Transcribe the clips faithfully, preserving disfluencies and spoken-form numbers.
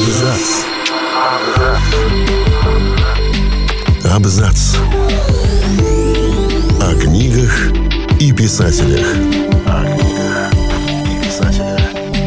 Абзац. Абзац. О книгах и писателях. О книгах и писателях.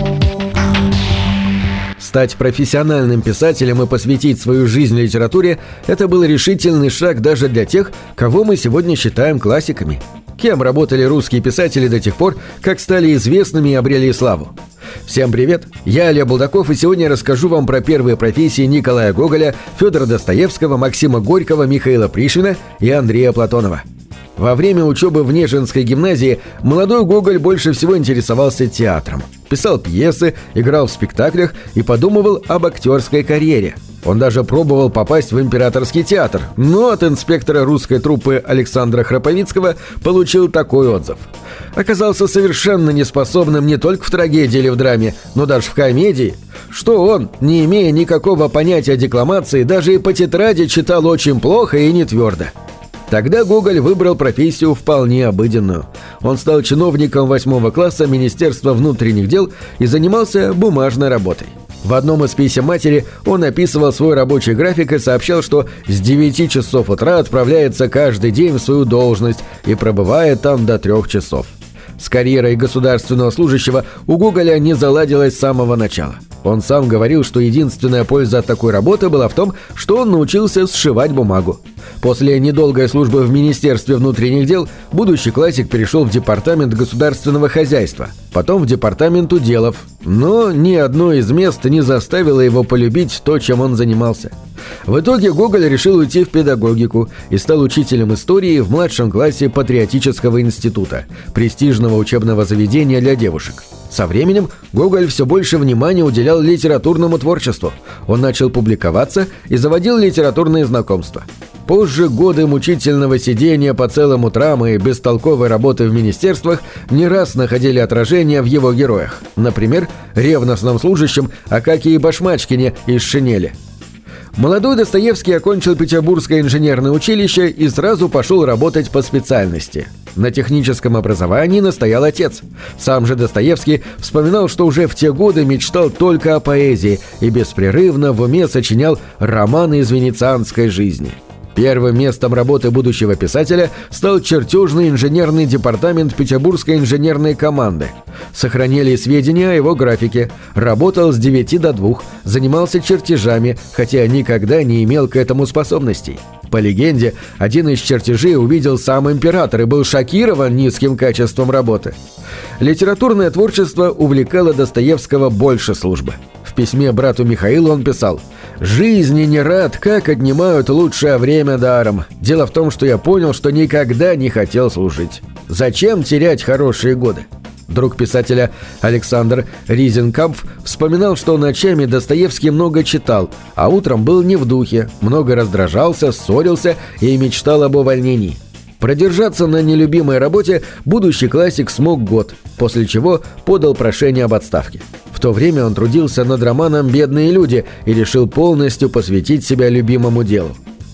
Стать профессиональным писателем и посвятить свою жизнь литературе – это был решительный шаг даже для тех, кого мы сегодня считаем классиками. Кем работали русские писатели до тех пор, как стали известными и обрели славу? Всем привет, я Илья Булдаков, и сегодня расскажу вам про первые профессии Николая Гоголя, Федора Достоевского, Максима Горького, Михаила Пришвина и Андрея Платонова. Во время учебы в Нежинской гимназии молодой Гоголь больше всего интересовался театром. Писал пьесы, играл в спектаклях и подумывал об актерской карьере. Он даже пробовал попасть в Императорский театр, но от инспектора русской труппы Александра Храповицкого получил такой отзыв. Оказался совершенно неспособным не только в трагедии или в драме, но даже в комедии, что он, не имея никакого понятия о декламации, даже и по тетради читал очень плохо и не твердо. Тогда Гоголь выбрал профессию вполне обыденную. Он стал чиновником восьмого класса Министерства внутренних дел и занимался бумажной работой. В одном из писем матери он описывал свой рабочий график и сообщал, что с девяти часов утра отправляется каждый день в свою должность и пробывает там до трех часов. С карьерой государственного служащего у Гоголя не заладилось с самого начала. Он сам говорил, что единственная польза от такой работы была в том, что он научился сшивать бумагу. После недолгой службы в Министерстве внутренних дел будущий классик перешел в департамент государственного хозяйства, потом в департамент уделов, но ни одно из мест не заставило его полюбить то, чем он занимался. В итоге Гоголь решил уйти в педагогику и стал учителем истории в младшем классе Патриотического института, престижного учебного заведения для девушек. Со временем Гоголь все больше внимания уделял литературному творчеству. Он начал публиковаться и заводил литературные знакомства. Позже годы мучительного сидения по целым утрам и бестолковой работы в министерствах не раз находили отражение в его героях. Например, ревностном служащем Акакии Башмачкине из «Шинели». Молодой Достоевский окончил Петербургское инженерное училище и сразу пошел работать по специальности. На техническом образовании настоял отец. Сам же Достоевский вспоминал, что уже в те годы мечтал только о поэзии и беспрерывно в уме сочинял романы из венецианской жизни. Первым местом работы будущего писателя стал чертежный инженерный департамент Петербургской инженерной команды. Сохранили сведения о его графике. Работал с девяти до двух, занимался чертежами, хотя никогда не имел к этому способностей. По легенде, один из чертежей увидел сам император и был шокирован низким качеством работы. Литературное творчество увлекало Достоевского больше службы. В письме брату Михаилу он писал: «Жизни не рад, как отнимают лучшее время даром. Дело в том, что я понял, что никогда не хотел служить. Зачем терять хорошие годы?» Друг писателя Александр Ризенкампф вспоминал, что ночами Достоевский много читал, а утром был не в духе, много раздражался, ссорился и мечтал об увольнении. Продержаться на нелюбимой работе будущий классик смог год, после чего подал прошение об отставке. В то время он трудился над романом «Бедные люди» и решил полностью посвятить себя любимому делу.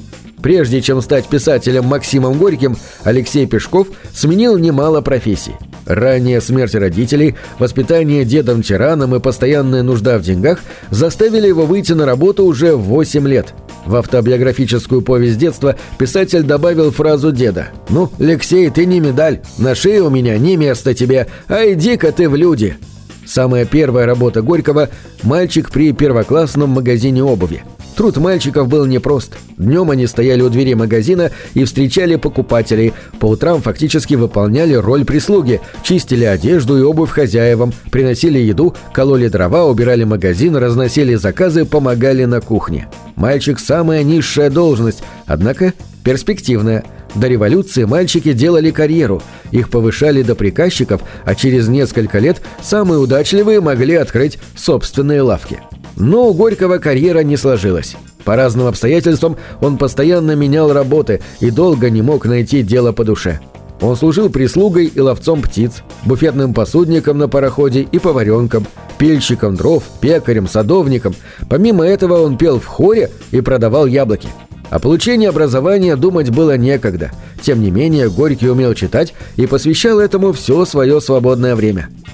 Прежде чем стать писателем Максимом Горьким, Алексей Пешков сменил немало профессий. Ранняя смерть родителей, воспитание дедом-тираном и постоянная нужда в деньгах заставили его выйти на работу уже в восемь лет. В автобиографическую повесть детства писатель добавил фразу деда: «Ну, Алексей, ты не медаль, на шее у меня не место тебе, а иди-ка ты в люди». Самая первая работа Горького – мальчик при первоклассном магазине обуви. Труд мальчиков был непрост. Днем они стояли у двери магазина и встречали покупателей, по утрам фактически выполняли роль прислуги, чистили одежду и обувь хозяевам, приносили еду, кололи дрова, убирали магазин, разносили заказы, помогали на кухне. Мальчик – самая низшая должность, однако перспективная. До революции мальчики делали карьеру, их повышали до приказчиков, а через несколько лет самые удачливые могли открыть собственные лавки. Но у Горького карьера не сложилась. По разным обстоятельствам он постоянно менял работы и долго не мог найти дело по душе. Он служил прислугой и ловцом птиц, буфетным посудником на пароходе и поваренком, пильщиком дров, пекарем, садовником. Помимо этого он пел в хоре и продавал яблоки. О получении образования думать было некогда. Тем не менее, Горький умел читать и посвящал этому все свое свободное время.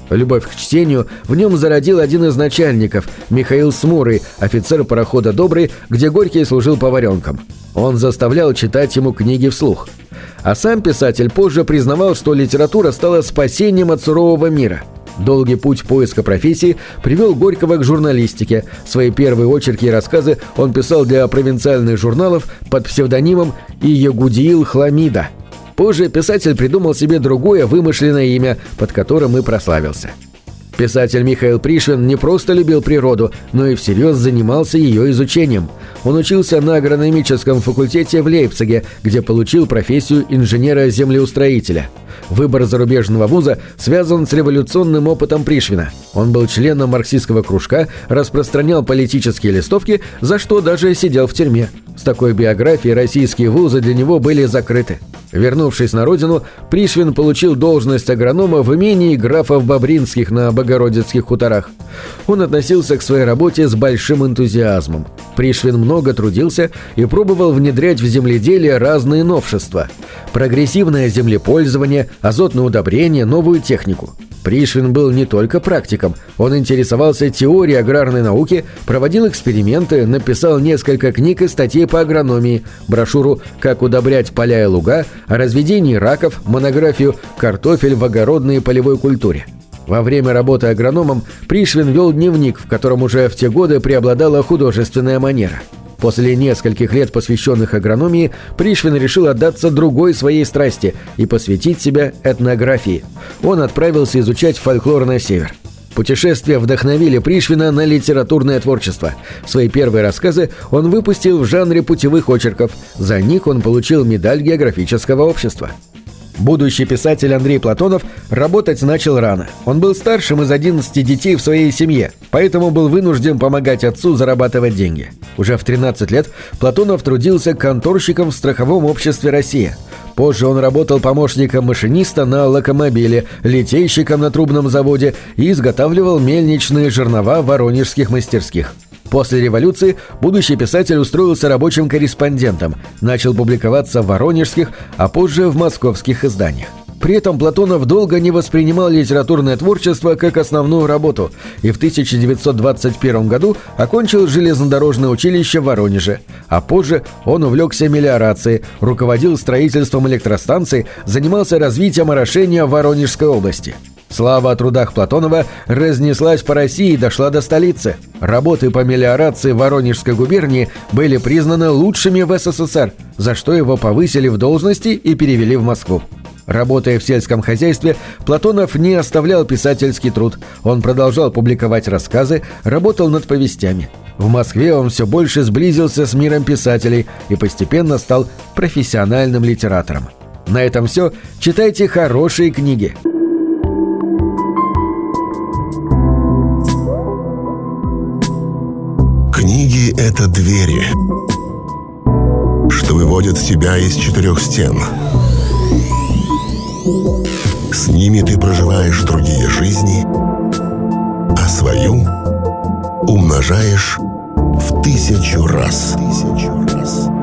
Любовь к чтению в нем зародил один из начальников, Михаил Смурый, офицер парохода «Добрый», где Горький служил поваренком. Он заставлял читать ему книги вслух. А сам писатель позже признавал, что литература стала спасением от сурового мира. Долгий путь поиска профессии привел Горького к журналистике. Свои первые очерки и рассказы он писал для провинциальных журналов под псевдонимом Иегудиил Хламида. Позже писатель придумал себе другое вымышленное имя, под которым и прославился. Писатель Михаил Пришвин не просто любил природу, но и всерьез занимался ее изучением. Он учился на агрономическом факультете в Лейпциге, где получил профессию инженера-землеустроителя. Выбор зарубежного вуза связан с революционным опытом Пришвина. Он был членом марксистского кружка, распространял политические листовки, за что даже сидел в тюрьме. С такой биографией российские вузы для него были закрыты. Вернувшись на родину, Пришвин получил должность агронома в имении графов Бобринских на Богородицких хуторах. Он относился к своей работе с большим энтузиазмом. Пришвин много трудился и пробовал внедрять в земледелие разные новшества. Прогрессивное землепользование, азотное удобрение, новую технику. Пришвин был не только практиком, он интересовался теорией аграрной науки, проводил эксперименты, написал несколько книг и статей по агрономии, брошюру «Как удобрять поля и луга», о разведении раков, монографию «Картофель в огородной и полевой культуре». Во время работы агрономом Пришвин вел дневник, в котором уже в те годы преобладала художественная манера. После нескольких лет, посвященных агрономии, Пришвин решил отдаться другой своей страсти и посвятить себя этнографии. Он отправился изучать фольклор на север. Путешествия вдохновили Пришвина на литературное творчество. Свои первые рассказы он выпустил в жанре путевых очерков. За них он получил медаль географического общества. Будущий писатель Андрей Платонов работать начал рано. Он был старшим из одиннадцати детей в своей семье, поэтому был вынужден помогать отцу зарабатывать деньги. Уже в тринадцать лет Платонов трудился конторщиком в страховом обществе «Россия». Позже он работал помощником машиниста на локомобиле, литейщиком на трубном заводе и изготавливал мельничные жернова в воронежских мастерских. После революции будущий писатель устроился рабочим корреспондентом, начал публиковаться в воронежских, а позже в московских изданиях. При этом Платонов долго не воспринимал литературное творчество как основную работу и в тысяча девятьсот двадцать первом году окончил железнодорожное училище в Воронеже, а позже он увлекся мелиорацией, руководил строительством электростанций, занимался развитием орошения в Воронежской области. Слава о трудах Платонова разнеслась по России и дошла до столицы. Работы по мелиорации в Воронежской губернии были признаны лучшими в СССР, за что его повысили в должности и перевели в Москву. Работая в сельском хозяйстве, Платонов не оставлял писательский труд. Он продолжал публиковать рассказы, работал над повестями. В Москве он все больше сблизился с миром писателей и постепенно стал профессиональным литератором. На этом все. Читайте хорошие книги. Книги — это двери, что выводят тебя из четырех стен. С ними ты проживаешь другие жизни, а свою умножаешь в тысячу раз. Тысячу раз.